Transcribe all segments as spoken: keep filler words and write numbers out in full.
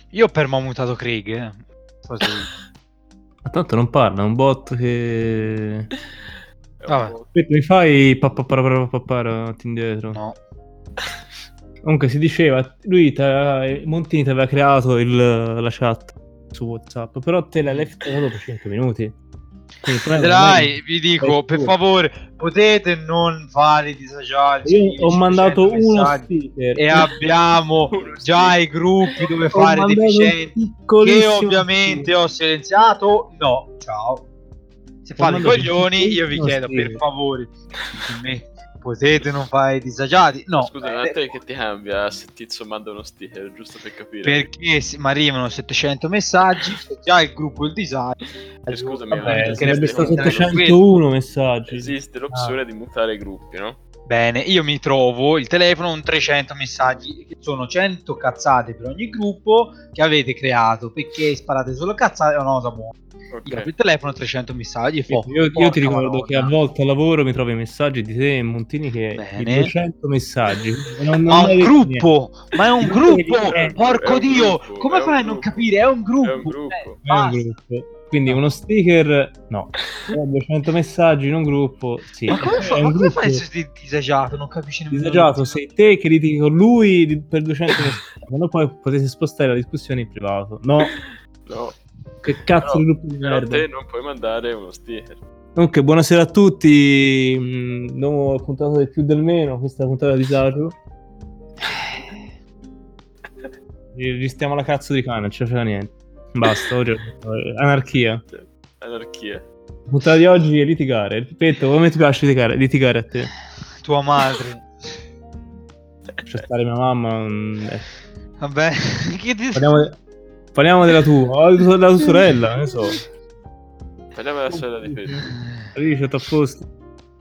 Io ho permamutato Craig, eh. Cosa Ma tanto non parla, è un bot che... Vabbè. Aspetta, mi fai papapara papapara indietro? No. Comunque si diceva, lui, Montini ti aveva creato il, la chat su WhatsApp, però te l'hai left dopo cinque minuti. Dai, vi dico, per favore, potete non fare disagiati. Io ho mandato uno sticker e abbiamo già i gruppi dove fare deficienti che ovviamente ho silenziato. No, ciao. Se fate i coglioni, io vi chiedo per favore, potete non fare disagiati? No. Scusa, ma a te che ti cambia se Tizio manda uno sticker, giusto per capire? Perché mi arrivano settecento messaggi, già il gruppo il disagio. Eh, scusami, vabbè, sarebbe stato settecentouno messaggi. Esiste l'opzione ah. di mutare i gruppi, no? Bene, io mi trovo il telefono con trecento messaggi, che sono cento cazzate per ogni gruppo che avete creato, perché sparate solo cazzate è una cosa buona. Okay. Io apro il telefono, trecento messaggi. Io, io, io ti ricordo madonna. Che a volte al lavoro mi trovo i messaggi di te e Montini che hai duecento messaggi. Non, non ma è un gruppo, niente. Ma è un gruppo, è, porco è Dio, gruppo, come fai a non capire? È un gruppo. È un gruppo. Eh, è un gruppo. Quindi no. Uno sticker, no. duecento messaggi in un gruppo, sì. Ma come, fa, ma come fai a essere disagiato? Non capisci nemmeno. Disagiato sei te che litighi con lui per duecento messaggi. Ma no, poi potete spostare la discussione in privato. No. No. Che cazzo di gruppo di merda. Però te non puoi mandare uno sticker. Comunque, buonasera a tutti. Nuovo puntato del più del meno. Questa è la puntata di disagio. Registriamo la cazzo di cane, non ce ne frega niente. Basta, oggi anarchia. Anarchia. La puntata di oggi è litigare. Ripeto, come ti piace litigare? Litigare a te. Tua madre. Lascia stare mia mamma. Eh. Vabbè, che ti... Parliamo, de... Parliamo della tua, o della tua sorella, ne so. Parliamo della sorella di Pedro. Alice, t'ho posto.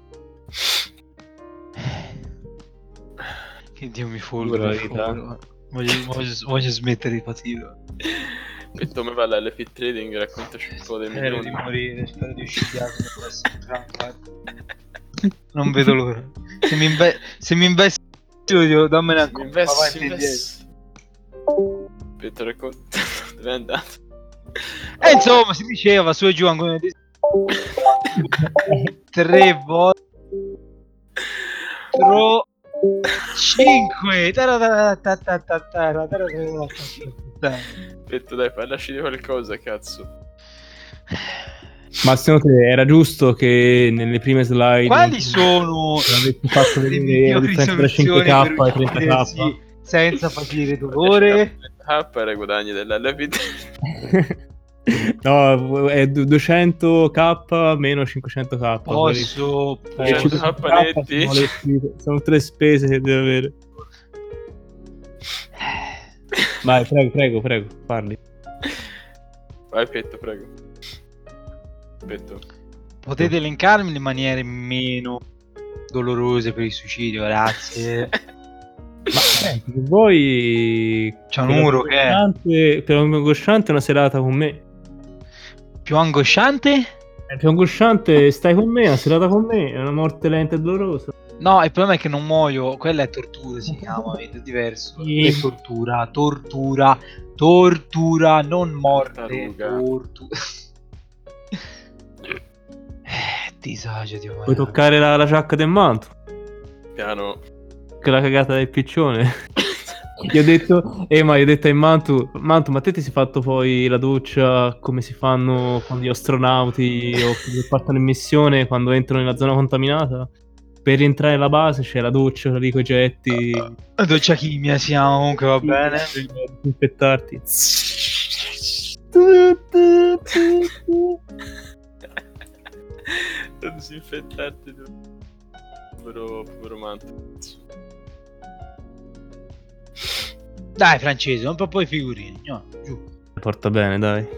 Che Dio mi folga. Voglio, voglio, voglio smettere di patire. E come va l'L F Trading? Raccontaci un po' del Spero di morire, spero di uscire. Non vedo l'ora. Se mi, inve- se mi investi studio, dammene ancora. Mi investi, investi. Aspetta, racconta. Dove è andato? E eh, insomma, si diceva su e giù ancora di... tre volte. Tro... cinque. Aspetta, dai, parlaci di qualcosa, cazzo. Ma secondo te era giusto che nelle prime slide quali sono avessi fatto vedere la differenza tra cinque K e trenta K senza patire dolore? trenta K era i guadagni dell'L F T. No, è duecento K meno cinquecento K. Posso duecento K netti. Sono, le, sono tre spese che devo avere. Vai, prego, prego, prego, parli. Vai, Petto, prego. Petto. Potete elencarmi le maniere meno dolorose per il suicidio, grazie. Ma eh, vuoi c'è un muro che è per un angosciante una serata con me. Più angosciante? È più angosciante, stai con me, una serata con me, è una morte lenta e dolorosa. No, il problema è che non muoio, quella è tortura, si chiama, è diverso. Sì. È tortura, tortura, tortura, non morte, tortura. Eh, disagio, Dio. Puoi toccare la, la giacca del manto? Piano. Che la cagata del piccione. Gli ho detto, eh ma gli ho detto a Mantu, Mantu, ma te ti sei fatto poi la doccia come si fanno con gli astronauti o che partono in missione quando entrano nella zona contaminata? Per rientrare alla base c'è la doccia lì con i getti. La doccia chimia si chiama, comunque va bene. Disinfettarti. Disinfettarti. Povero, povero Mantu. Dai Francese, non proprio i figurini, no, giù. Porta bene, dai.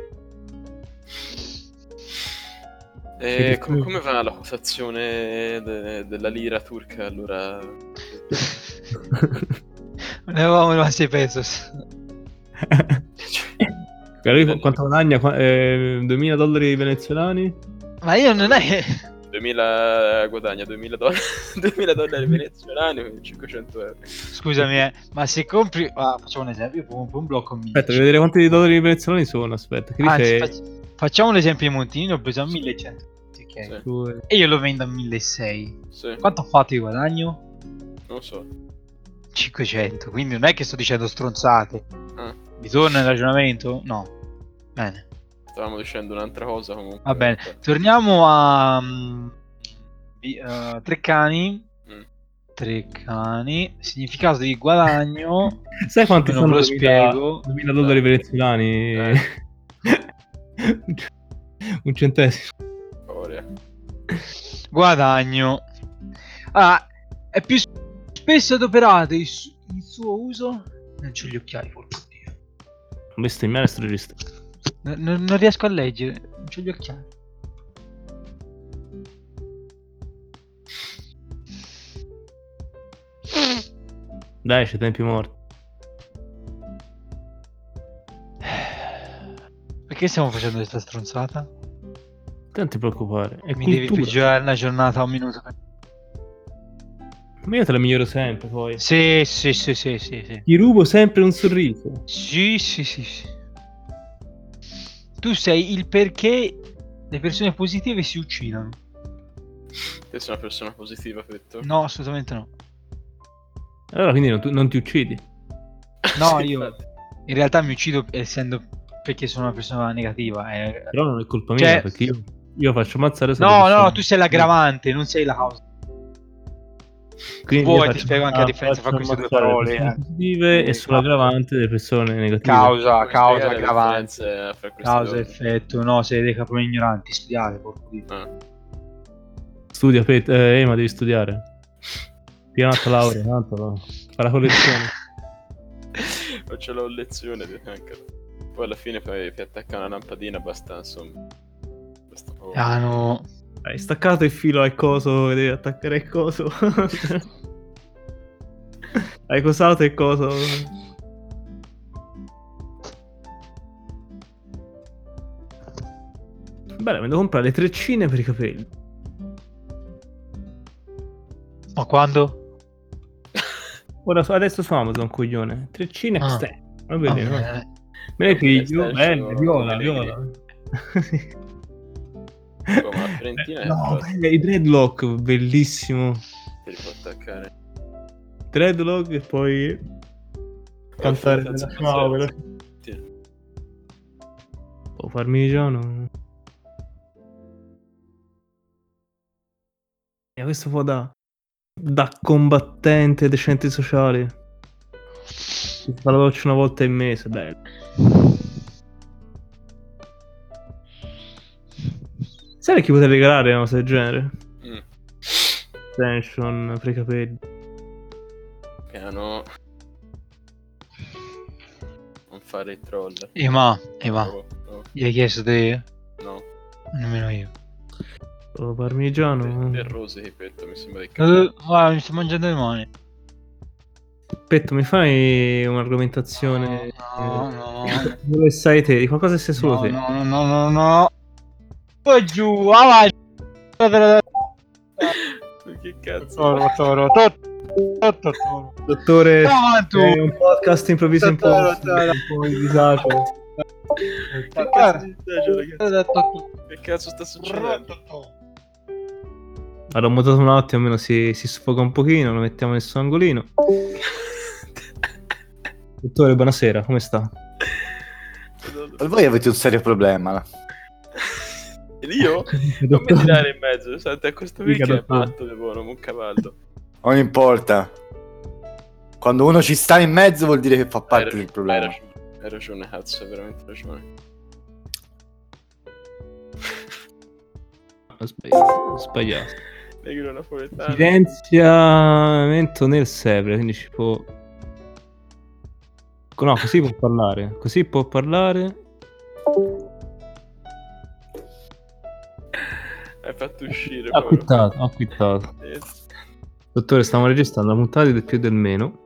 E com- come va la quotazione de- della lira turca allora? Ne avevamo rimasti ai pesos. Quanto guadagna? Eh, duemila dollari venezuelani? Ma io non è che... duemila guadagna duemila dollari, duemila dollari venezuelani, quindi cinquecento euro. Scusami, eh, ma se compri... Ah, facciamo un esempio, io compro un blocco mille. Aspetta, devo vedere quanti dollari venezuelani sono, aspetta. Che Anzi, dice... fac- facciamo l'esempio di Montinino, ho preso a millecento. Ok. Sì. E io lo vendo a milleseicento. Sì, Quanto ho fatto di guadagno? non so. cinquecento. Quindi non è che sto dicendo stronzate. Ah, Mi torna il ragionamento? No. Bene. stavamo dicendo un'altra cosa comunque. Va bene. Torniamo a... mm, vi- uh, tre cani. Mm. Tre cani. Significato di guadagno. Sai quanti Non sono? ve lo duemila spiego. duemila dollari Eh. venezuelani? Eh. Un centesimo. Storia. Guadagno. Ah, è più spesso adoperato il, su- il suo uso. Non c'ho gli occhiali, porco Dio. Ho bestemmiare sto regista. N- non non riesco a leggere, non c'ho gli occhiali. Dai, c'è tempi morti. Perché stiamo facendo questa stronzata? Non ti preoccupare. È Mi devi cultura. peggiorare la giornata a un minuto. Ma io te la miglioro sempre, poi. Sì, sì, sì, sì, sì, sì. Ti rubo sempre un sorriso. Sì, sì, sì, sì. Tu sei il perché le persone positive si uccidono. Te sei una persona positiva, Petto? No, assolutamente no. Allora, quindi non, tu- non ti uccidi. No, Sì, io infatti. in realtà mi uccido essendo perché sono una persona negativa. eh. Però non è colpa Cioè- mia, perché io, io faccio ammazzare solo No, persone. no, tu sei l'aggravante, non sei la causa. Quindi Vuoi, io ti faccio- spiego anche la ah, differenza fra faccio queste due ammazzare le parole, persone eh. positive e sull'aggravante delle persone negative. Causa, Puoi causa, spiegare le aggravante. differenze fra questi Causa, due? effetto. No, siete dei caponi ignoranti, studiate, porco Dio. Ah. Studia, Pet, eh, ma devi studiare. Pianata laurea, tanto no. Fa la collezione. Faccio la lezione di anche. Poi alla fine poi ti attacca una lampadina basta, insomma. Basta poco. Ah, no. Hai staccato il filo al coso e devi attaccare il coso. Hai cosato il coso. Bene, mi devo comprare le treccine per i capelli. Ma quando? Ora su- adesso su Amazon, coglione. Treccine Ah. extra. Va bene, Ah, no? eh. Me le piglio, Extension, belle, viola, come le viola. Come la Fiorentina è No, fatto. belle, i dreadlock, bellissimo. Ti può attaccare. Dreadlock e poi cantare Cazzo, della cazzo, ciao, cazzo. velo- Sì. Oh, parmigiano. E questo può da da combattente dei centri sociali. Si fa la doccia una volta in mese, bello. Sai chi poter regalare una cosa del genere? Mm. Extension per i capelli. Piano. Non fare il troll. Ema, Ema, Oh, oh, gli hai chiesto te? no. Nemmeno io. Oh, parmigiano. Per rose che petto, mi sembra di Eh, capire. guarda, mi sto mangiando le mani. Petto, mi fai un'argomentazione No, no, no. dove sai te? Di qualcosa che sei solo No, te? no, no, no, no, no. Poi giù, avanti. Che cazzo? Toro, toro, toro, toro, toro. Dottore, Avanti. è un podcast improvviso in Toro, posto, toro. un po' di disagio. Che cazzo di disagio, ragazzi? Che cazzo sta succedendo? Allora, ho mutato un attimo, almeno si, si sfoga un pochino, lo mettiamo nel suo angolino. Dottore, buonasera, come sta? Per voi avete un serio problema. Ed io? Non mi tirare in mezzo, senti, a questo qui Dica, che è dottore. matto di buono, un cavallo. Non importa. Quando uno ci sta in mezzo vuol dire che fa Hai parte ragione, del problema. Hai ragione, hai ragione, cazzo, hai veramente ragione. Ho sbagliato, ho sbagliato. Negro napoletano. Silenziamento nel server, quindi ci può... No, così può parlare, così può parlare. Hai fatto uscire, Ho povero. quittato, ho quittato. Eh, Dottore, stiamo registrando la puntata del più del meno.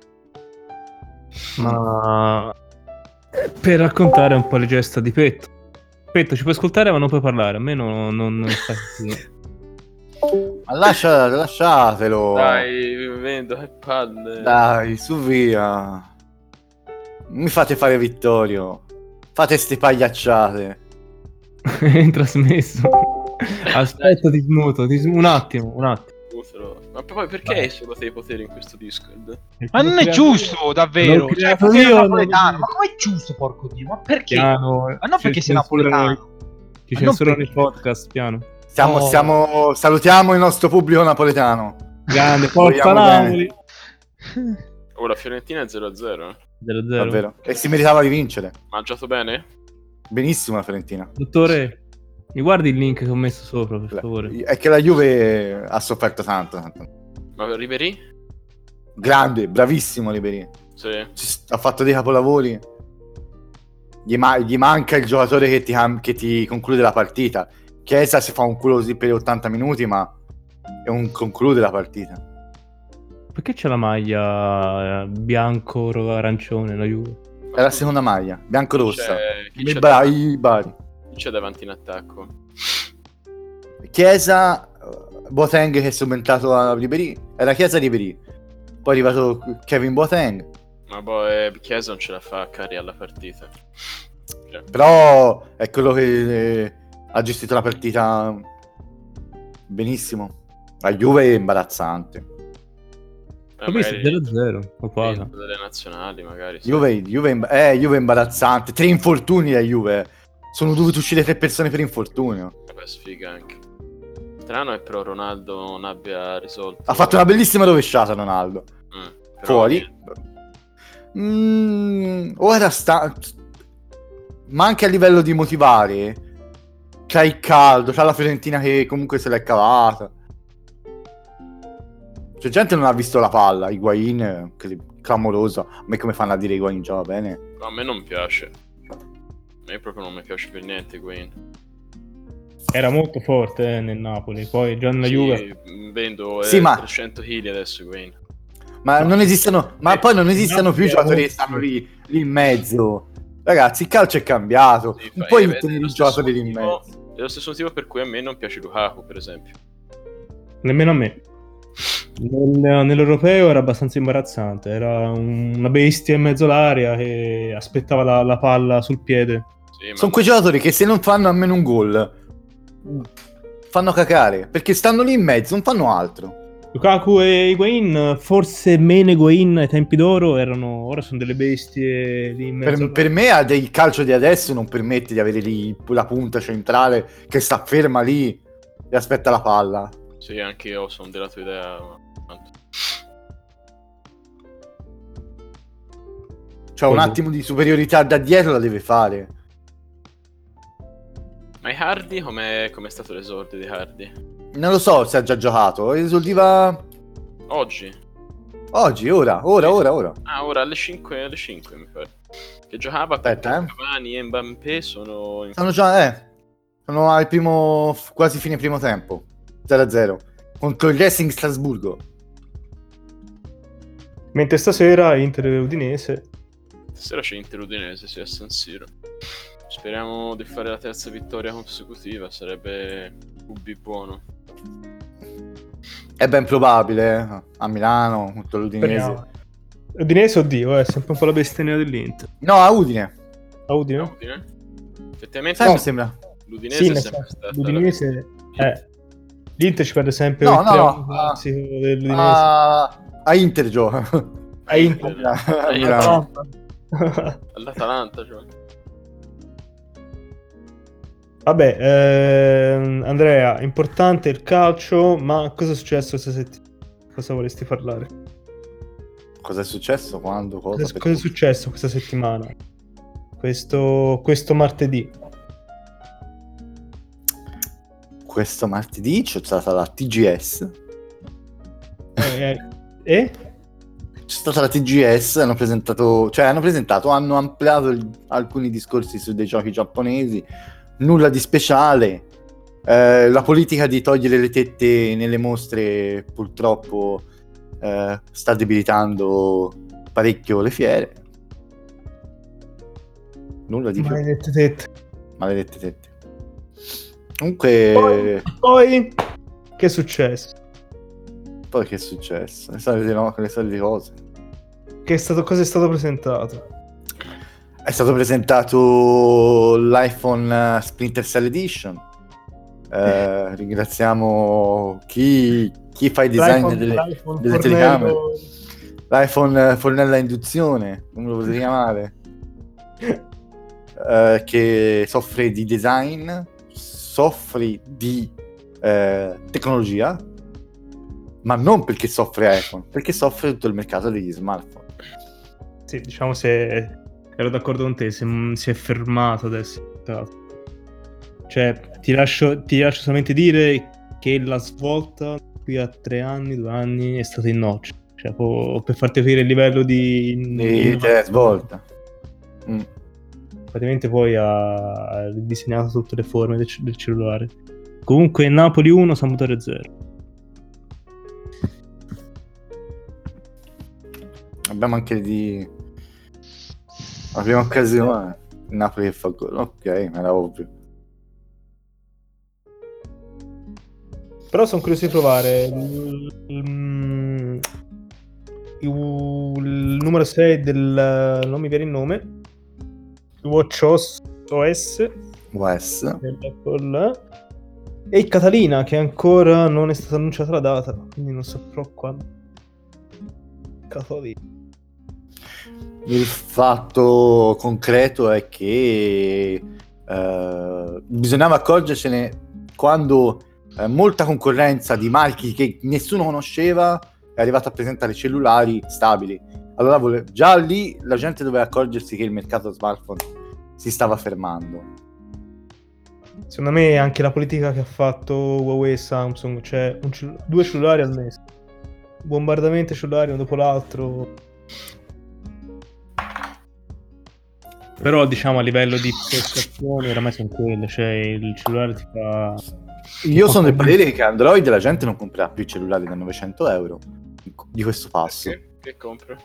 Ma... per raccontare un po' le gesta di Petto. Petto, ci puoi ascoltare ma non puoi parlare, a me non... non, non sta così. Ma lascia, lasciatelo. Dai, vendo che palle. Dai, su via. Mi fate fare Vittorio. Fate ste pagliacciate. È intrasmesso. Aspetta, ti smuto, ti sm- un attimo, un attimo. Ma poi perché hai solo te i poteri in questo Discord? Ma non è giusto, davvero. L'ho Cioè, creato perché sei io, napoletano. non- Ma com'è giusto, porco Dio? Ma perché? Piano, Ma non ci perché sei censurano- napoletano. Ci Ma non censurano il perché. podcast, piano. Stiamo, Oh. stiamo, salutiamo il nostro pubblico napoletano. Grande, forza Vogliamo Napoli. Oh, la Fiorentina è zero a zero. zero zero. Davvero. E si meritava di vincere. Mangiato bene? Benissimo la Fiorentina. Dottore, mi guardi il link che ho messo sopra, per favore? È che la Juve ha sofferto tanto. tanto. Ma Ribery? Grande, bravissimo Ribéry. Sì. Ci- Ha fatto dei capolavori. Gli, ma- gli manca il giocatore che ti, cam- che ti conclude la partita. Chiesa si fa un culo così per ottanta minuti, ma è un conclude la partita. Perché c'è la maglia eh, bianco-arancione, la Juve? È la seconda maglia, bianco-rossa. C'è- Chi I c'è, ba- davanti, i Bari. chi c'è davanti in attacco? Chiesa, Boateng che è subentrato a Ribéry. Era Chiesa Ribéry. Poi è arrivato Kevin Boateng. Ma boh, eh, Chiesa non ce la fa a carry alla partita. Cioè, Però è quello che eh, ha gestito la partita benissimo. La Juve è imbarazzante. eh, Ho visto magari zero zero, o quasi. vinto delle nazionali, magari. sì. Juve, Juve, imb- eh, Juve imbarazzante. Tre infortuni la Juve. Sono dovute uscire tre persone per infortunio. Vabbè, sfiga anche. Strano è però Ronaldo non abbia risolto. Ha fatto una bellissima rovesciata Ronaldo. Mm, però Fuori. niente. Mm, ora sta... Ma anche a livello di motivare. C'ha il caldo, c'ha la Fiorentina che comunque se l'è cavata. C'è gente che non ha visto la palla. Higuain, che clamorosa. A me come fanno a dire Higuain gioca bene? No, a me non piace. A me proprio non mi piace per niente Wayne. Era molto forte eh, nel Napoli, poi già nella Sì, Juve. vendo eh, Sì, ma- trecento chili adesso Wayne. Ma No. non esistono, ma Eh, poi non esistono no, più è giocatori che molto- stanno lì, lì in mezzo. Ragazzi, il calcio è cambiato. Sì, Non fai- puoi vedi, tenere lo i stesso giocatori lì in motivo- mezzo. È lo stesso motivo per cui a me non piace Lukaku, per esempio. Nemmeno a me. Nel- nell'europeo era abbastanza imbarazzante, era un- una bestia in mezzo all'aria che aspettava la, la palla sul piede. Sì, ma Sono quei giocatori che se non fanno almeno un gol fanno cacare, perché stanno lì in mezzo, non fanno altro. Lukaku e Higuain, forse meno Higuain ai tempi d'oro, erano, ora sono delle bestie lì in mezzo. Per, per me a dei calcio di adesso non permette di avere lì la punta centrale che sta ferma lì e aspetta la palla. sì, anche io sono della tua idea. ma- tanto. Cioè un Cosa? attimo di superiorità da dietro la deve fare. Ma i Hardy, com'è, com'è stato l'esordio di Hardy? Non lo so se ha già giocato, esultiva Oggi? oggi, ora, ora, ora, ora. Ah, ora alle cinque, alle cinque mi pare. Che giocava Aspetta, perché eh. Cavani e Mbappé sono in... Stanno già, eh. Sono al primo, quasi fine primo tempo. zero a zero. Contro il Racing Strasburgo. Mentre stasera Inter e Udinese. Stasera c'è Inter Udinese, sì, a San Siro. Speriamo di fare la terza vittoria consecutiva, sarebbe un B buono. È ben probabile, eh. A Milano, contro l'Udinese. Speriamo. Udinese, oddio, è sempre un po' la bestia nera dell'Inter. No, a Udine. A Udine? Ah, Udine? Effettivamente Sai, mi se- sembra. l'Udinese Sì, è nel sempre senso, stata l'Udinese è... L'Inter ci perde sempre No, il no, tre a no, uno ah. classico dell'Udinese. A, a Inter gioca. A Inter. A Eh, Milano. la- all'Atalanta, cioè. Vabbè, ehm, Andrea, importante il calcio, ma cosa è successo questa settimana? Cosa vorresti parlare? Cosa è successo? Quando? Cosa? Cosa, cosa è successo questa settimana? Questo, questo martedì. Questo martedì c'è stata la T G S. Eh, eh, e? C'è stata la T G S, hanno presentato, cioè hanno presentato, hanno ampliato il- alcuni discorsi su dei giochi giapponesi, nulla di speciale. Eh, la politica di togliere le tette nelle mostre purtroppo eh, sta debilitando parecchio le fiere. Nulla di più, Maledette tette. maledette tette. Comunque, Poi, poi, che Che è successo? Poi che è successo? Le solite, no, le solite cose. Che è stato, cosa è stato presentato? È stato presentato l'iPhone Splinter Cell Edition. Eh, ringraziamo chi, chi fa i design L'iPhone, delle, l'iPhone delle fornello... telecamere. L'iPhone fornella induzione, come lo potete chiamare? Eh, che soffre di design, soffre di eh, tecnologia, ma non perché soffre iPhone, perché soffre tutto il mercato degli smartphone. Sì, diciamo se ero d'accordo con te, se mm, si è fermato adesso. Cioè, ti lascio, ti lascio solamente dire che la svolta qui a tre anni, due anni è stata in notch. Cioè, po- per farti capire il livello di... E te svolta. Mm. Praticamente poi ha ridisegnato tutte le forme del, del cellulare. Comunque Napoli uno, Sambutere zero. Abbiamo anche di la prima occasione Napoli che fa gol. Ok, era ovvio. Però sono curioso di provare il, il, il, il numero sei del... non mi viene il nome, il WatchOS O S Wes. dell'Apple, e il Catalina, che ancora non è stata annunciata la data, quindi non so però quando. Catalina. Il fatto concreto è che eh, bisognava accorgercene quando eh, molta concorrenza di marchi che nessuno conosceva è arrivata a presentare cellulari stabili. Allora vole- già lì la gente doveva accorgersi che il mercato smartphone si stava fermando. Secondo me anche la politica che ha fatto Huawei e Samsung, cioè un cell- due cellulari al mese, bombardamento cellulari uno dopo l'altro. Però diciamo a livello di prestazioni oramai sono quelle, cioè il cellulare ti fa... Io sono del parere che Android la gente non comprerà più cellulari da novecento euro di questo passo. Che, che compra?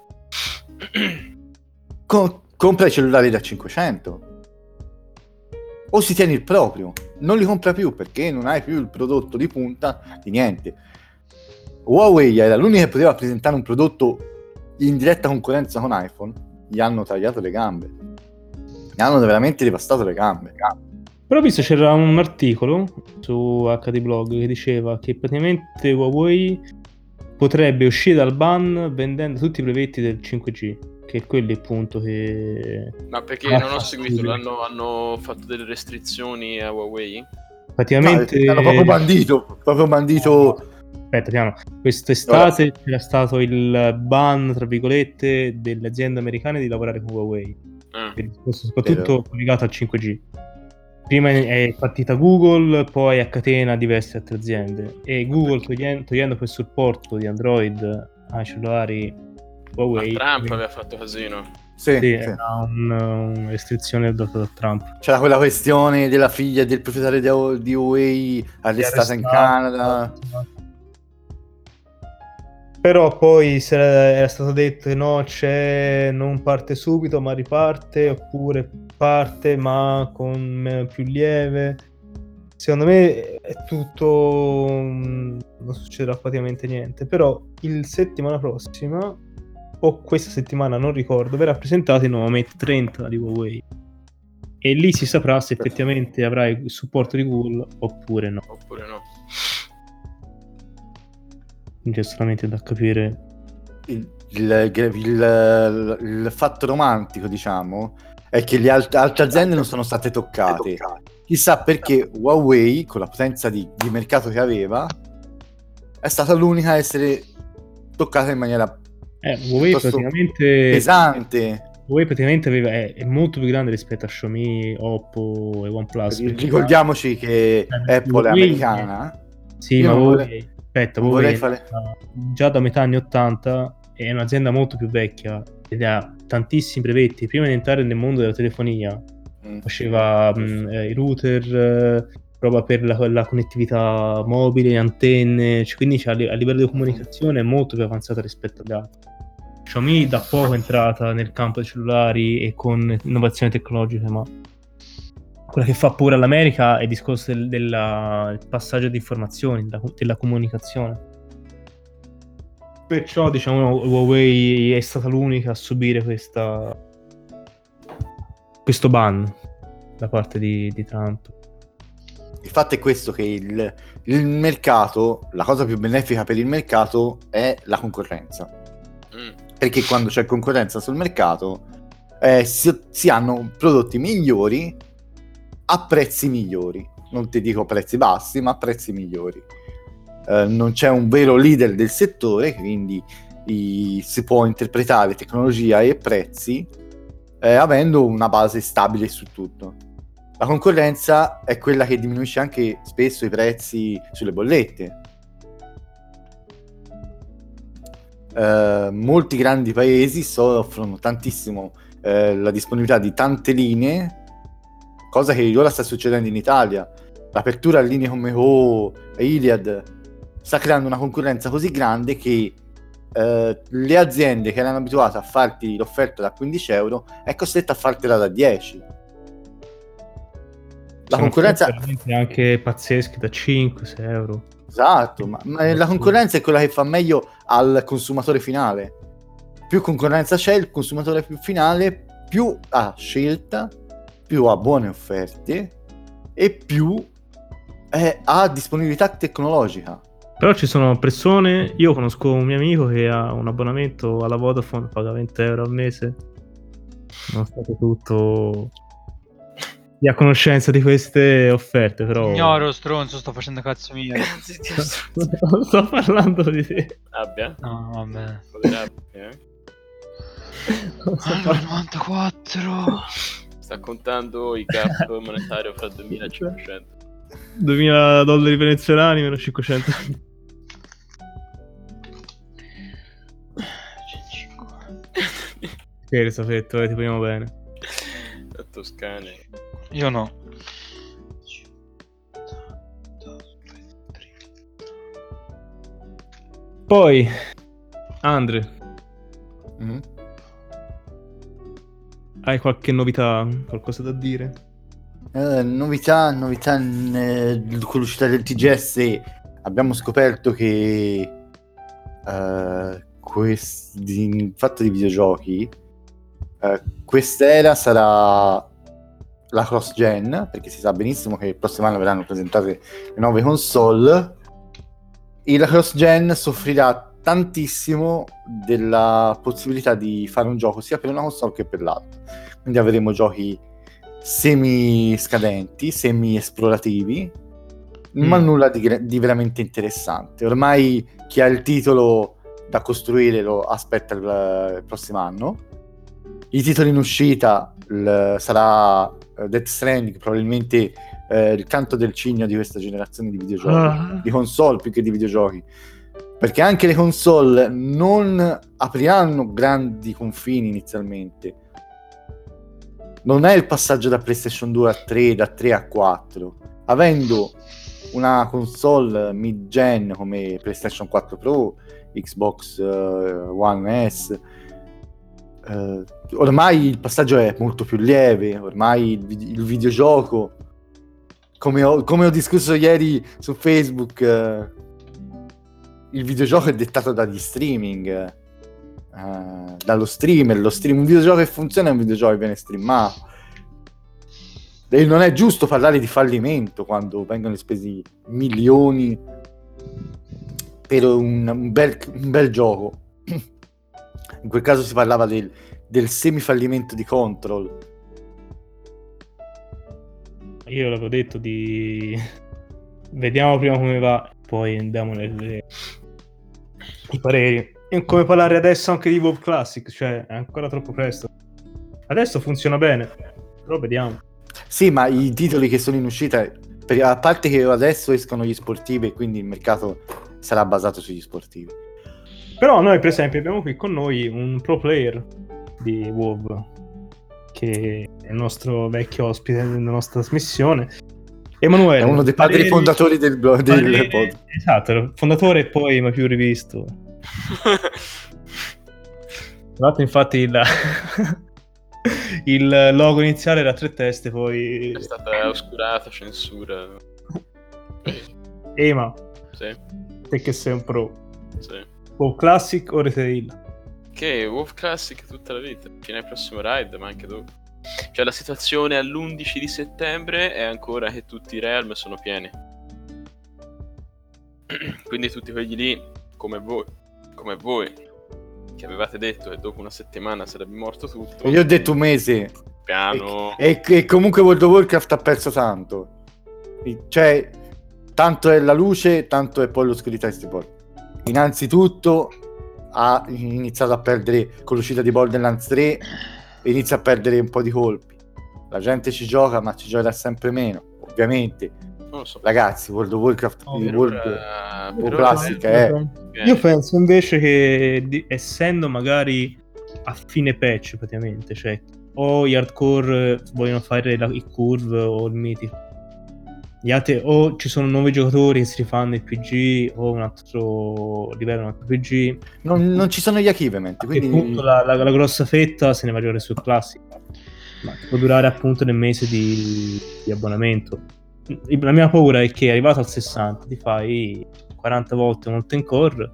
Co- compra i cellulari da cinquecento o si tiene il proprio, non li compra più perché non hai più il prodotto di punta di niente. Huawei era l'unica che poteva presentare un prodotto in diretta concorrenza con iPhone, gli hanno tagliato le gambe, gli hanno veramente devastato le gambe. Però ho visto c'era un articolo su H D Blog che diceva che praticamente Huawei potrebbe uscire dal ban vendendo tutti i brevetti del cinque G, che è quello il punto che... Ma perché Ah, non ho seguito, sì. l'hanno, hanno fatto delle restrizioni a Huawei? Praticamente... No, hanno proprio bandito, proprio bandito. Aspetta, piano. Quest'estate c'era stato il ban, tra virgolette, delle aziende americane di lavorare con Huawei. Ah. Per il discorso soprattutto Vero. collegato al cinque G. Prima è partita Google, poi a catena diverse altre aziende. E Google, togliendo, togliendo quel supporto di Android ai cellulari Huawei, Ma Trump aveva fatto casino. Sì, sì, sì. era un- una restrizione data da Trump. C'era quella questione della figlia del proprietario di, di Huawei arrestata in Canada. Però poi se era stato detto che no, c'è, non parte subito ma riparte, oppure parte ma con eh, più lieve. Secondo me è tutto, mm, non succederà praticamente niente. Però il settimana prossima o questa settimana, non ricordo, verrà presentato il nuovo Mate trenta di Huawei e lì si saprà se effettivamente avrà il supporto di Google oppure no. Oppure no. Quindi è solamente da capire. Il, il, il, il fatto romantico, diciamo, è che le alt- altre aziende non sono state toccate. Chissà perché Huawei, con la potenza di, di mercato che aveva, è stata l'unica a essere toccata in maniera Eh, Huawei piuttosto praticamente pesante. Huawei praticamente aveva, è, è molto più grande rispetto a Xiaomi, Oppo e OnePlus. Ricordiamoci che Eh, Apple Huawei- è americana. Sì, Io ma non Huawei, vorrei- aspetta, non Huawei vorrei è fare- nata già da metà anni ottanta, è un'azienda molto più vecchia ed ha tantissimi brevetti. Prima di entrare nel mondo della telefonia Mm. faceva mh, eh, i router, eh, roba per la, la connettività mobile, antenne, cioè, quindi c'ha- a livello di comunicazione è molto più avanzata rispetto agli altri. Xiaomi da poco è entrata nel campo dei cellulari e con innovazioni tecnologiche, ma quella che fa pure all'America è il discorso del, della, del passaggio di informazioni, della, della comunicazione. Perciò diciamo Huawei è stata l'unica a subire questa questo ban da parte di, di Trump. Il fatto è questo, che il, il mercato, la cosa più benefica per il mercato è la concorrenza. Mm. Perché quando c'è concorrenza sul mercato eh, si, si hanno prodotti migliori a prezzi migliori. Non ti dico prezzi bassi, ma a prezzi migliori. Eh, non c'è un vero leader del settore, quindi i, si può interpretare tecnologia e prezzi eh, avendo una base stabile su tutto. La concorrenza è quella che diminuisce anche spesso i prezzi sulle bollette. Eh, molti grandi paesi soffrono tantissimo eh, la disponibilità di tante linee, cosa che ora sta succedendo in Italia. L'apertura a linee come O e Iliad sta creando una concorrenza così grande che eh, le aziende che erano abituate a farti l'offerta da quindici euro è costretta a fartela da dieci. La Sono concorrenza è anche pazzesche, da cinque sei euro. Esatto, ma, ma la concorrenza è quella che fa meglio al consumatore finale. Più concorrenza c'è, il consumatore più finale più ha scelta, più ha buone offerte e più eh, ha disponibilità tecnologica. Però ci sono persone, io conosco un mio amico che ha un abbonamento alla Vodafone, paga venti euro al mese, nonostante tutto a conoscenza di queste offerte, però ignoro stronzo, sto facendo cazzo mio. non sto parlando di te. Abbia? No, vabbè. Eh? Allora, novantaquattro. Sta contando i gap monetario fra duemila e cinquecento. duemila dollari venezuelani meno cinquecento. Scherzo, Fetto, eh, ti vogliamo bene. La Toscana. Io no. Poi Andre, Mm. hai qualche novità, qualcosa da dire? Eh, novità, novità eh, con l'uscita del T G S abbiamo scoperto che eh, questi, in fatto di videogiochi eh, quest'era sarà la cross gen, perché si sa benissimo che il prossimo anno verranno presentate le nuove console e la cross gen soffrirà tantissimo della possibilità di fare un gioco sia per una console che per l'altra, quindi avremo giochi semi scadenti, semi esplorativi, mm. ma nulla di, di veramente interessante. Ormai chi ha il titolo da costruire lo aspetta il, il prossimo anno. I titoli in uscita il, sarà uh, Death Stranding, probabilmente uh, il canto del cigno di questa generazione di videogiochi, ah. di console più che di videogiochi, perché anche le console non apriranno grandi confini inizialmente. Non è il passaggio da PlayStation due a tre, da tre a quattro. Avendo una console mid-gen come PlayStation quattro Pro, Xbox uh, One S, uh, ormai il passaggio è molto più lieve. Ormai il, il videogioco, come ho, come ho discusso ieri su Facebook, uh, il videogioco è dettato dagli streaming. Uh, dallo streamer, lo stream, un videogioco che funziona è un videogioco che viene streamato e non è giusto parlare di fallimento quando vengono spesi milioni per un, un, bel, un bel gioco. In quel caso si parlava del, del semifallimento di Control. Io l'avevo detto di vediamo prima come va, poi andiamo nelle i pareri. E come parlare adesso anche di WoW Classic, cioè è ancora troppo presto. Adesso funziona bene, però vediamo. Sì, ma i titoli che sono in uscita, per, a parte che adesso escono gli sportivi e quindi il mercato sarà basato sugli sportivi. Però noi per esempio abbiamo qui con noi un pro player di WoW, che è il nostro vecchio ospite della nostra trasmissione, Emanuele. È uno dei padri pareri, fondatori del blog del pod. Esatto, fondatore e poi mai più rivisto. Tra l'altro infatti il, Il logo iniziale era a tre teste, poi... È stata oscurata, censura. Ema, Sì, te che sei un pro. sì. O Classic o Retail? Che WoW Classic tutta la vita, fino al prossimo raid, ma anche dopo. Cioè la situazione all'undici di settembre è ancora che tutti i realm sono pieni. Quindi tutti quelli lì, come voi, come voi, che avevate detto che dopo una settimana sarebbe morto tutto. Io ho detto un mese. Piano. E, e, e comunque World of Warcraft ha perso tanto. Cioè, tanto è la luce, tanto è poi l'oscurità e sti poi. Innanzitutto ha iniziato a perdere con l'uscita di Borderlands tre, inizia a perdere un po' di colpi. La gente ci gioca, ma ci gioca sempre meno, ovviamente. Non lo so. Ragazzi, World of Warcraft Oh, di Per World ora- WoW per ora Classic è- è Io penso invece che di- essendo magari a fine patch praticamente, cioè o gli hardcore vogliono fare la, il curve o il mythic, gli altri o ci sono nuovi giocatori che si rifanno il P G o un altro livello, un altro P G. non, non ci sono gli achievement, A che quindi punto la, la- la grossa fetta se ne va a giocare sul classic, ma può durare appunto nel mese di, di abbonamento. La mia paura è che arrivato al sessanta ti fai quaranta volte Molten Core,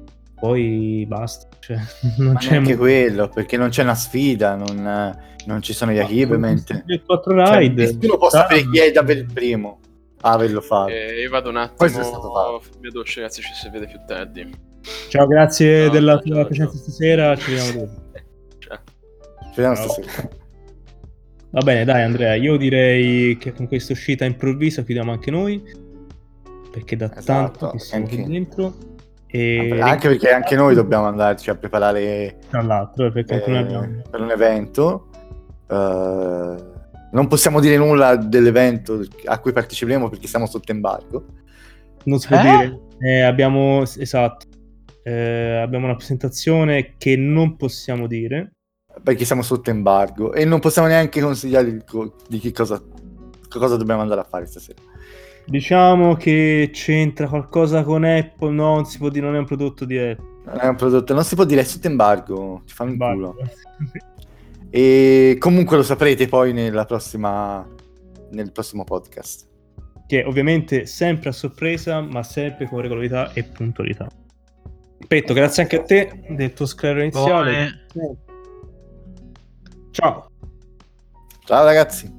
poi basta, cioè, non ma c'è neanche mo- quello, perché non c'è una sfida, non, non ci sono gli achievement. il quattro Cioè, raid, nessuno può sapere chi è davvero il primo a averlo fatto. Eh, io vado un Questo è stato attimo fatto. a mia doccia, ragazzi, ci si vede più tardi. ciao, grazie Ciao, della ciao, tua ciao, presenza ciao. stasera, ci vediamo dopo. Ciao. Ci vediamo Ciao. stasera. Va bene, dai Andrea, io direi che con questa uscita improvvisa chiudiamo anche noi, perché da Esatto, tanto che siamo anche- qui dentro. E Anche perché anche noi dobbiamo andarci a preparare tra l'altro, perché anche noi eh, abbiamo... per un evento. Eh, non possiamo dire nulla dell'evento a cui parteciperemo perché siamo sotto embargo. Non si può Eh? dire. Eh, abbiamo, esatto, eh, abbiamo una presentazione che non possiamo dire. Perché siamo sotto embargo e non possiamo neanche consigliare il co- di che cosa, cosa dobbiamo andare a fare stasera. Diciamo che c'entra qualcosa con Apple, no, non si può dire, non è un prodotto di Apple. Non è un prodotto, non si può dire, è sotto embargo, ci fanno il Embargo. culo. E comunque lo saprete poi nella prossima, nel prossimo podcast. Che ovviamente sempre a sorpresa, ma sempre con regolarità e puntualità. Petto, grazie anche a te del tuo sclero iniziale. Ciao. Ciao ragazzi.